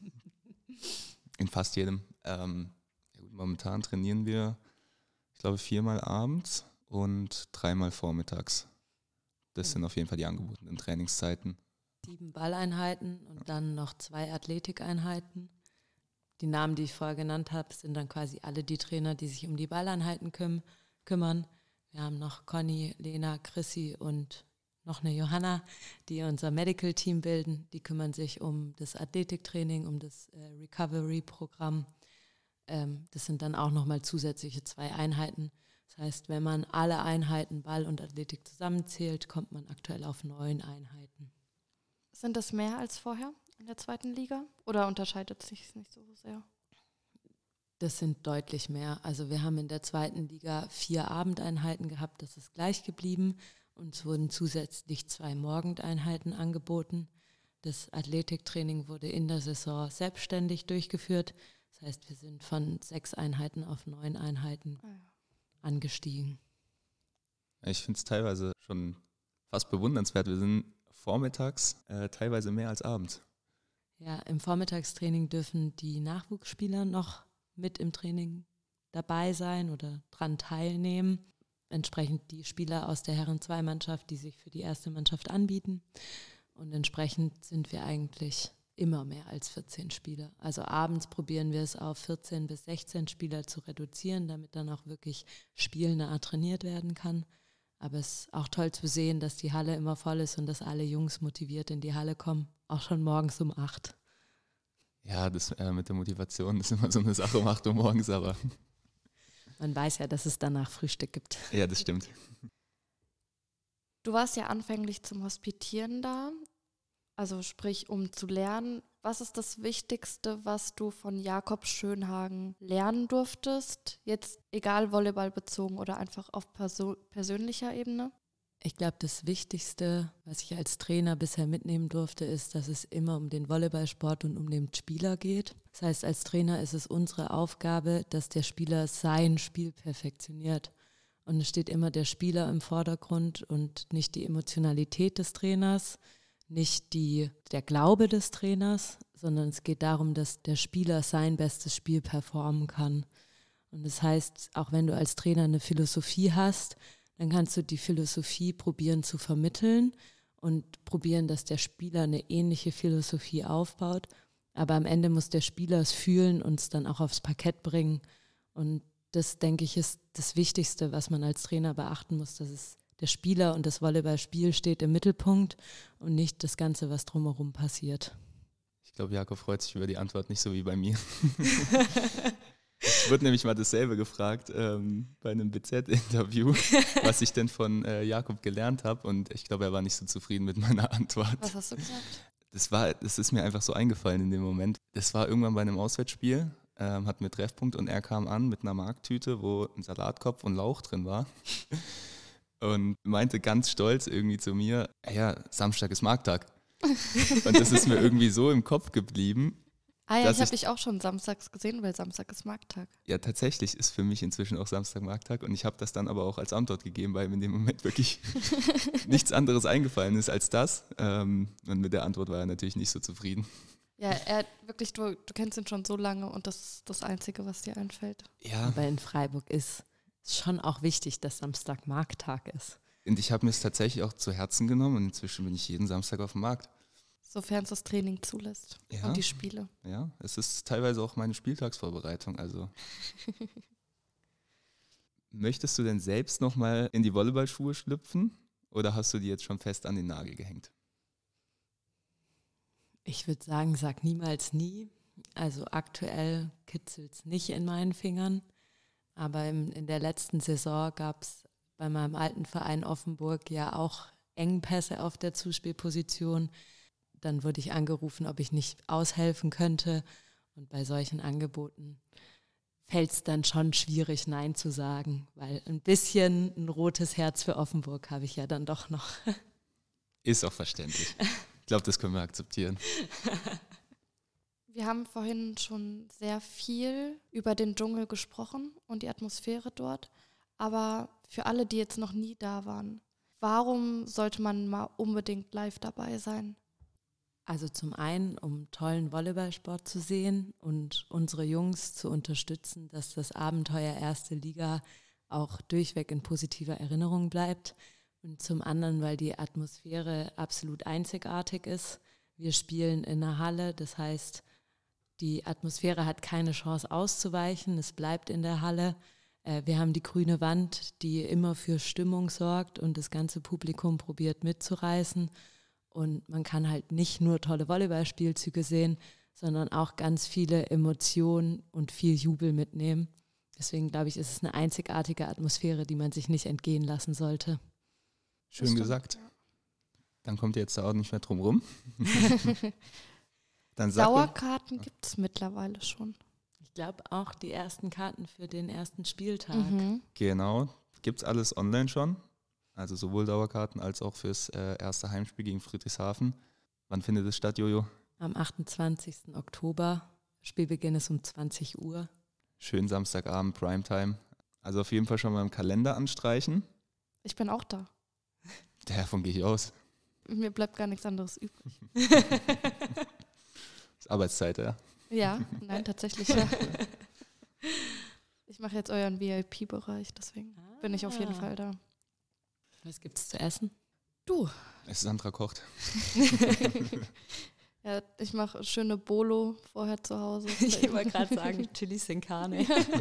In fast jedem. Momentan trainieren wir, ich glaube, 4-mal abends und 3-mal vormittags. Das sind auf jeden Fall die angebotenen Trainingszeiten. 7 Balleinheiten und dann noch 2 Athletikeinheiten. Die Namen, die ich vorher genannt habe, sind dann quasi alle die Trainer, die sich um die Balleinheiten kümmern. Wir haben noch Conny, Lena, Chrissy und noch eine Johanna, die unser Medical-Team bilden. Die kümmern sich um das Athletiktraining, um das Recovery-Programm. Das sind dann auch nochmal zusätzliche 2 Einheiten. Das heißt, wenn man alle Einheiten Ball und Athletik zusammenzählt, kommt man aktuell auf 9 Einheiten. Sind das mehr als vorher in der 2. Liga? Oder unterscheidet es sich nicht so sehr? Das sind deutlich mehr. Also wir haben in der 2. Liga 4 Abendeinheiten gehabt, das ist gleich geblieben. Uns wurden zusätzlich 2 Morgeneinheiten angeboten. Das Athletiktraining wurde in der Saison selbstständig durchgeführt. Das heißt, wir sind von 6 Einheiten auf 9 Einheiten angestiegen. Ich finde es teilweise schon fast bewundernswert. Wir sind vormittags teilweise mehr als abends. Ja, im Vormittagstraining dürfen die Nachwuchsspieler noch mit im Training dabei sein oder dran teilnehmen. Entsprechend die Spieler aus der Herren-2-Mannschaft, die sich für die erste Mannschaft anbieten. Und entsprechend sind wir eigentlich immer mehr als 14 Spieler. Also abends probieren wir es auf 14 bis 16 Spieler zu reduzieren, damit dann auch wirklich spielnah trainiert werden kann. Aber es ist auch toll zu sehen, dass die Halle immer voll ist und dass alle Jungs motiviert in die Halle kommen, auch schon morgens um 8. Ja, das mit der Motivation, das ist immer so eine Sache um 8 Uhr morgens, aber... Man weiß ja, dass es danach Frühstück gibt. Ja, das stimmt. Du warst ja anfänglich zum Hospitieren da, also sprich, um zu lernen. Was ist das Wichtigste, was du von Jakob Schönhagen lernen durftest? Jetzt egal Volleyball bezogen oder einfach auf persönlicher Ebene? Ich glaube, das Wichtigste, was ich als Trainer bisher mitnehmen durfte, ist, dass es immer um den Volleyballsport und um den Spieler geht. Das heißt, als Trainer ist es unsere Aufgabe, dass der Spieler sein Spiel perfektioniert. Und es steht immer der Spieler im Vordergrund und nicht die Emotionalität des Trainers. nicht der Glaube des Trainers, sondern es geht darum, dass der Spieler sein bestes Spiel performen kann. Und das heißt, auch wenn du als Trainer eine Philosophie hast, dann kannst du die Philosophie probieren zu vermitteln und probieren, dass der Spieler eine ähnliche Philosophie aufbaut. Aber am Ende muss der Spieler es fühlen und es dann auch aufs Parkett bringen. Und das, denke ich, ist das Wichtigste, was man als Trainer beachten muss, dass es der Spieler und das Volleyballspiel steht im Mittelpunkt und nicht das Ganze, was drumherum passiert. Ich glaube, Jakob freut sich über die Antwort nicht so wie bei mir. Ich wurde nämlich mal dasselbe gefragt bei einem BZ-Interview, was ich denn von Jakob gelernt habe. Und ich glaube, er war nicht so zufrieden mit meiner Antwort. Was hast du gesagt? Das ist mir einfach so eingefallen in dem Moment. Das war irgendwann bei einem Auswärtsspiel, hatten wir Treffpunkt und er kam an mit einer Markttüte, wo ein Salatkopf und Lauch drin war. Und meinte ganz stolz irgendwie zu mir, ja, Samstag ist Markttag. Und das ist mir irgendwie so im Kopf geblieben. Ah ja, ich habe dich auch schon samstags gesehen, weil Samstag ist Markttag. Ja, tatsächlich ist für mich inzwischen auch Samstag Markttag und ich habe das dann aber auch als Antwort gegeben, weil mir in dem Moment wirklich nichts anderes eingefallen ist als das. Und mit der Antwort war er natürlich nicht so zufrieden. Ja, wirklich, du kennst ihn schon so lange und das ist das Einzige, was dir einfällt. Ja. Aber in Freiburg ist schon auch wichtig, dass Samstag Markttag ist. Und ich habe mir es tatsächlich auch zu Herzen genommen und inzwischen bin ich jeden Samstag auf dem Markt. Sofern es das Training zulässt und die Spiele. Ja, es ist teilweise auch meine Spieltagsvorbereitung. Also möchtest du denn selbst nochmal in die Volleyballschuhe schlüpfen oder hast du die jetzt schon fest an den Nagel gehängt? Ich würde sagen, sag niemals nie. Also aktuell kitzelt es nicht in meinen Fingern. Aber in der letzten Saison gab es bei meinem alten Verein Offenburg ja auch Engpässe auf der Zuspielposition. Dann wurde ich angerufen, ob ich nicht aushelfen könnte. Und bei solchen Angeboten fällt es dann schon schwierig, Nein zu sagen, weil ein bisschen ein rotes Herz für Offenburg habe ich ja dann doch noch. Ist auch verständlich. Ich glaube, das können wir akzeptieren. Wir haben vorhin schon sehr viel über den Dschungel gesprochen und die Atmosphäre dort. Aber für alle, die jetzt noch nie da waren, warum sollte man mal unbedingt live dabei sein? Also zum einen, um tollen Volleyballsport zu sehen und unsere Jungs zu unterstützen, dass das Abenteuer erste Liga auch durchweg in positiver Erinnerung bleibt. Und zum anderen, weil die Atmosphäre absolut einzigartig ist. Wir spielen in einer Halle, das heißt, die Atmosphäre hat keine Chance auszuweichen, es bleibt in der Halle. Wir haben die grüne Wand, die immer für Stimmung sorgt und das ganze Publikum probiert mitzureißen. Und man kann halt nicht nur tolle Volleyballspielzüge sehen, sondern auch ganz viele Emotionen und viel Jubel mitnehmen. Deswegen glaube ich, ist es eine einzigartige Atmosphäre, die man sich nicht entgehen lassen sollte. Schön gesagt. Dann kommt ihr jetzt da auch nicht mehr drum rum. Dann Dauerkarten gibt es mittlerweile schon. Ich glaube auch die ersten Karten für den ersten Spieltag. Genau, gibt es alles online schon. Also sowohl Dauerkarten als auch fürs erste Heimspiel gegen Friedrichshafen. Wann findet es statt, Jojo? Am 28. Oktober. Spielbeginn ist um 20 Uhr. Schön Samstagabend, Primetime. Also auf jeden Fall schon mal im Kalender anstreichen. Ich bin auch da. Davon gehe ich aus. Mir bleibt gar nichts anderes übrig. Ist Arbeitszeit, ja? Ja, nein, tatsächlich ja. Ich mache jetzt euren VIP-Bereich, deswegen bin ich auf jeden Fall da. Was gibt's zu essen? Du. Sandra kocht. Ja, ich mache schöne Bolo vorher zu Hause. Ich wollte gerade sagen, Chili sin Carne.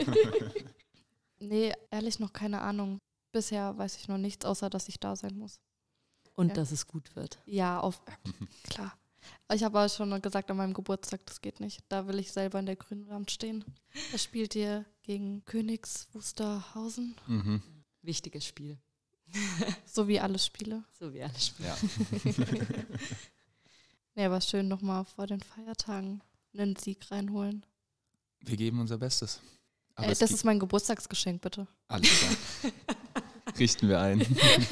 Nee, ehrlich noch keine Ahnung. Bisher weiß ich noch nichts, außer dass ich da sein muss. Und dass es gut wird. Ja, klar. Ich habe aber schon gesagt, an meinem Geburtstag, das geht nicht. Da will ich selber in der grünen Wand stehen. Da spielt ihr gegen Königs Wusterhausen. Mhm. Wichtiges Spiel. So wie alle Spiele. So wie alle Spiele. Ja. Ja, aber schön nochmal vor den Feiertagen einen Sieg reinholen. Wir geben unser Bestes. Aber Das ist mein Geburtstagsgeschenk, bitte. Alles klar. Richten wir ein.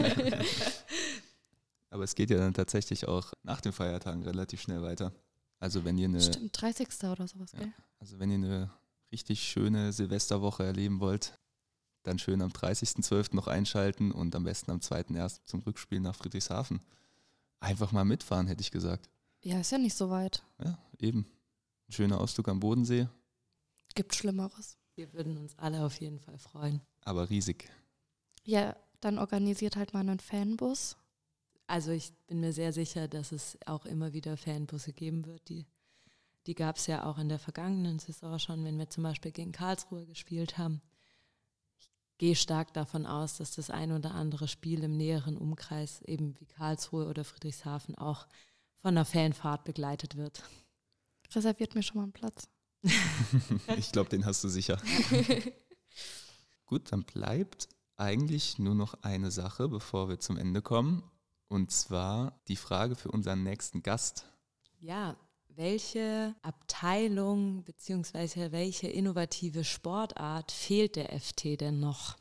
Aber es geht ja dann tatsächlich auch nach den Feiertagen relativ schnell weiter. Also wenn ihr eine, Stimmt, 30. oder sowas, gell? also wenn ihr eine richtig schöne Silvesterwoche erleben wollt, dann schön am 30.12. noch einschalten und am besten am 2.1. zum Rückspiel nach Friedrichshafen. Einfach mal mitfahren, hätte ich gesagt. Ja, ist ja nicht so weit. Ja, eben. Ein schöner Ausflug am Bodensee, Gibt Schlimmeres. Wir würden uns alle auf jeden Fall freuen. aber riesig. Ja, dann organisiert halt mal einen Fanbus. Also ich bin mir sehr sicher, dass es auch immer wieder Fanbusse geben wird. Die gab es ja auch in der vergangenen Saison schon, wenn wir zum Beispiel gegen Karlsruhe gespielt haben. Ich gehe stark davon aus, dass das ein oder andere Spiel im näheren Umkreis, eben wie Karlsruhe oder Friedrichshafen, auch von einer Fanfahrt begleitet wird. Reserviert mir schon mal einen Platz. Ich glaube, den hast du sicher. Gut, dann bleibt eigentlich nur noch eine Sache, bevor wir zum Ende kommen. Und zwar die Frage für unseren nächsten Gast. Ja, welche Abteilung bzw. welche innovative Sportart fehlt der FT denn noch?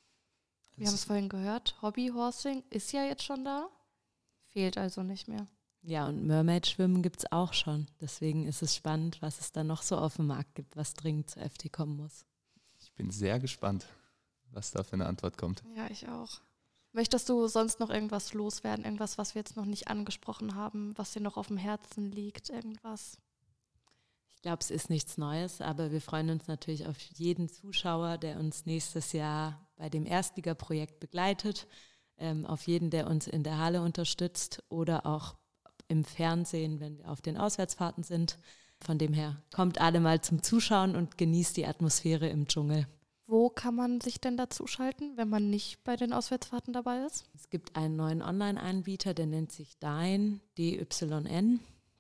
Wir haben es vorhin gehört, Hobbyhorsing ist ja jetzt schon da, fehlt also nicht mehr. Ja, und Mermaid-Schwimmen gibt es auch schon. Deswegen ist es spannend, was es da noch so auf dem Markt gibt, was dringend zur FT kommen muss. Ich bin sehr gespannt, was da für eine Antwort kommt. Ja, ich auch. Möchtest du sonst noch irgendwas loswerden? Irgendwas, was wir jetzt noch nicht angesprochen haben, was dir noch auf dem Herzen liegt? Irgendwas? Ich glaube, es ist nichts Neues, aber wir freuen uns natürlich auf jeden Zuschauer, der uns nächstes Jahr bei dem Erstligaprojekt begleitet, auf jeden, der uns in der Halle unterstützt oder auch im Fernsehen, wenn wir auf den Auswärtsfahrten sind. Von dem her, kommt alle mal zum Zuschauen und genießt die Atmosphäre im Dschungel. Wo kann man sich denn dazuschalten, wenn man nicht bei den Auswärtsfahrten dabei ist? Es gibt einen neuen Online-Anbieter, der nennt sich Dyn, DYN.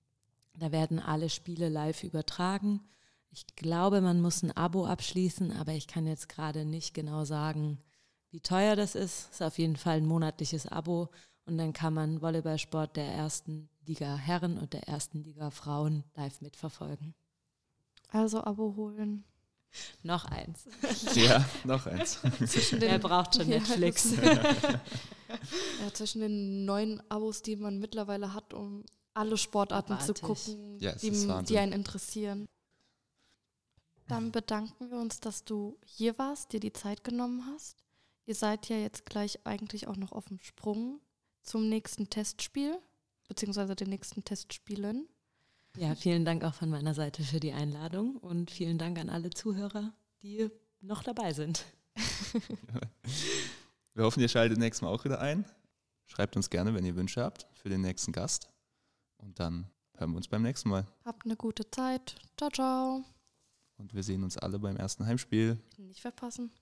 Da werden alle Spiele live übertragen. Ich glaube, man muss ein Abo abschließen, aber ich kann jetzt gerade nicht genau sagen, wie teuer das ist. Es ist auf jeden Fall ein monatliches Abo und dann kann man Volleyballsport der ersten Liga Herren und der ersten Liga Frauen live mitverfolgen. Also Abo holen. Noch eins. Ja, noch eins. Wer braucht schon Netflix? Ja, zwischen den 9 Abos, die man mittlerweile hat, um alle Sportarten zu Abartig. gucken, Ja, es ist die Wahnsinn. einen interessieren. Dann bedanken wir uns, dass du hier warst, dir die Zeit genommen hast. Ihr seid ja jetzt gleich eigentlich auch noch auf dem Sprung zum nächsten Testspiel, beziehungsweise den nächsten Testspielen. Ja, vielen Dank auch von meiner Seite für die Einladung und vielen Dank an alle Zuhörer, die noch dabei sind. Wir hoffen, ihr schaltet nächstes Mal auch wieder ein. Schreibt uns gerne, wenn ihr Wünsche habt für den nächsten Gast. Und dann hören wir uns beim nächsten Mal. Habt eine gute Zeit. Ciao, ciao. Und wir sehen uns alle beim ersten Heimspiel. Nicht verpassen.